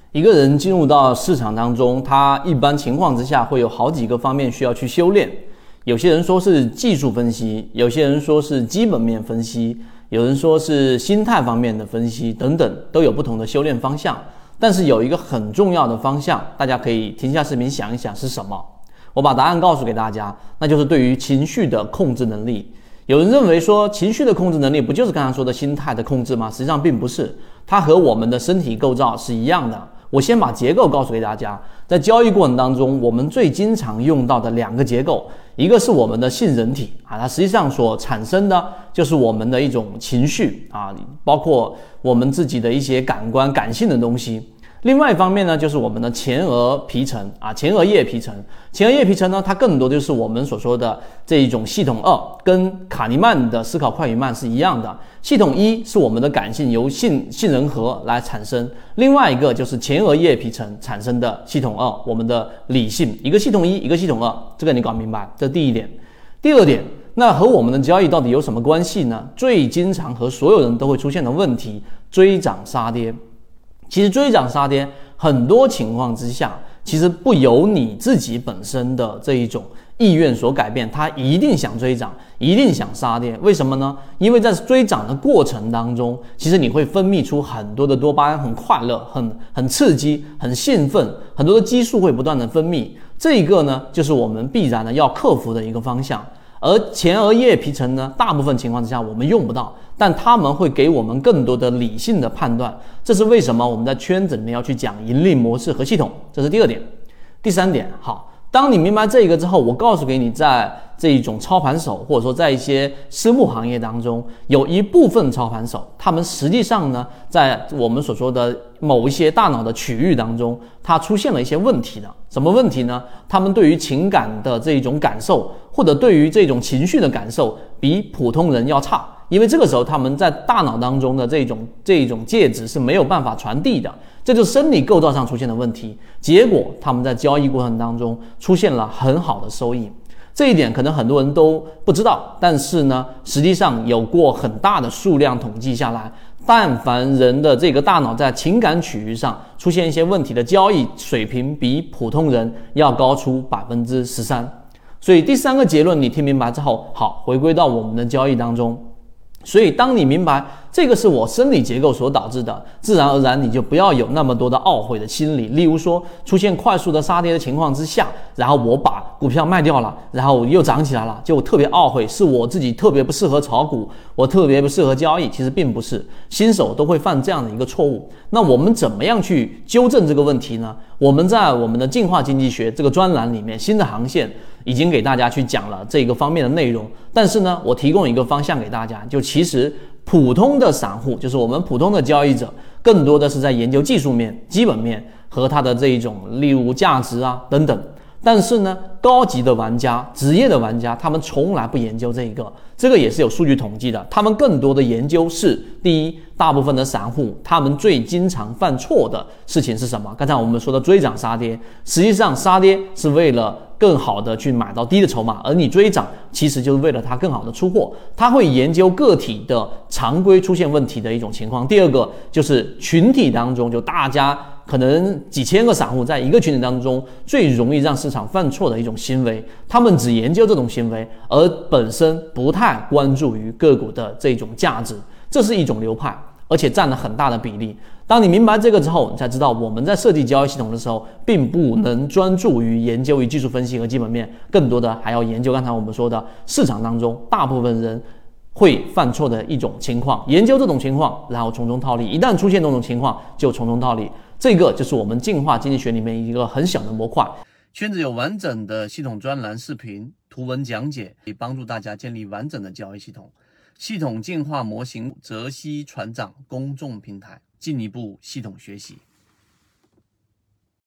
一个人进入到市场当中，他一般情况之下会有好几个方面需要去修炼。有些人说是技术分析，有些人说是基本面分析，有人说是心态方面的分析等等，都有不同的修炼方向。但是有一个很重要的方向，大家可以停下视频想一想是什么。我把答案告诉给大家，那就是对于情绪的控制能力。有人认为说情绪的控制能力不就是刚才说的心态的控制吗？实际上并不是，它和我们的身体构造是一样的。我先把结构告诉给大家，在交易过程当中，我们最经常用到的两个结构，一个是我们的杏仁体它实际上所产生的就是我们的一种情绪包括我们自己的一些感官感性的东西。另外一方面呢，就是我们的前额皮层前额叶皮层。前额叶皮层呢，它更多就是我们所说的这一种系统2，跟卡尼曼的思考快与慢是一样的。系统1是我们的感性，由杏仁核来产生，另外一个就是前额叶皮层产生的系统2，我们的理性。一个系统1，一个系统2，这个你搞明白，这是第一点。第二点，那和我们的交易到底有什么关系呢？最经常和所有人都会出现的问题，追涨杀跌。其实追涨杀跌很多情况之下，其实不由你自己本身的这一种意愿所改变，他一定想追涨，一定想杀跌。为什么呢？因为在追涨的过程当中，其实你会分泌出很多的多巴胺，很快乐，很刺激，很兴奋，很多的激素会不断的分泌。这一个呢，就是我们必然的要克服的一个方向。而前额叶皮层呢，大部分情况之下我们用不到，但他们会给我们更多的理性的判断。这是为什么我们在圈子里面要去讲盈利模式和系统，这是第二点。第三点，好，当你明白这个之后，我告诉给你，在这一种操盘手或者说在一些私募行业当中，有一部分操盘手，他们实际上呢，在我们所说的某一些大脑的区域当中，它出现了一些问题的。什么问题呢？他们对于情感的这种感受，或者对于这种情绪的感受，比普通人要差。因为这个时候他们在大脑当中的这种介质是没有办法传递的，这就是生理构造上出现的问题。结果他们在交易过程当中出现了很好的收益。这一点可能很多人都不知道，但是呢，实际上有过很大的数量统计下来，但凡人的这个大脑在情感区域上出现一些问题的交易水平比普通人要高出 13%。所以第三个结论你听明白之后，好，回归到我们的交易当中。所以当你明白这个是我生理结构所导致的，自然而然你就不要有那么多的懊悔的心理。例如说出现快速的杀跌的情况之下，然后我把股票卖掉了，然后又涨起来了，就我特别懊悔，是我自己特别不适合炒股，我特别不适合交易。其实并不是，新手都会犯这样的一个错误。那我们怎么样去纠正这个问题呢？我们在我们的进化经济学这个专栏里面，新的航线已经给大家去讲了这个方面的内容。但是呢，我提供一个方向给大家，就其实普通的散户，就是我们普通的交易者，更多的是在研究技术面、基本面和它的这一种例如价值等等。但是呢，高级的玩家、职业的玩家，他们从来不研究这个也是有数据统计的。他们更多的研究是，第一，大部分的散户他们最经常犯错的事情是什么？刚才我们说的追涨杀跌，实际上杀跌是为了更好的去买到低的筹码，而你追涨其实就是为了它更好的出货。他会研究个体的常规出现问题的一种情况。第二个就是群体当中，就大家可能几千个散户在一个群体当中最容易让市场犯错的一种行为，他们只研究这种行为，而本身不太关注于个股的这种价值，这是一种流派，而且占了很大的比例。当你明白这个之后，你才知道我们在设计交易系统的时候，并不能专注于研究于技术分析和基本面，更多的还要研究刚才我们说的市场当中大部分人会犯错的一种情况，研究这种情况，然后从中套利。一旦出现这种情况，就从中套利。这个就是我们进化经济学里面一个很小的模块。圈子有完整的系统专栏视频、图文讲解，可以帮助大家建立完整的交易系统。系统进化模型泽西船长公众平台，进一步系统学习。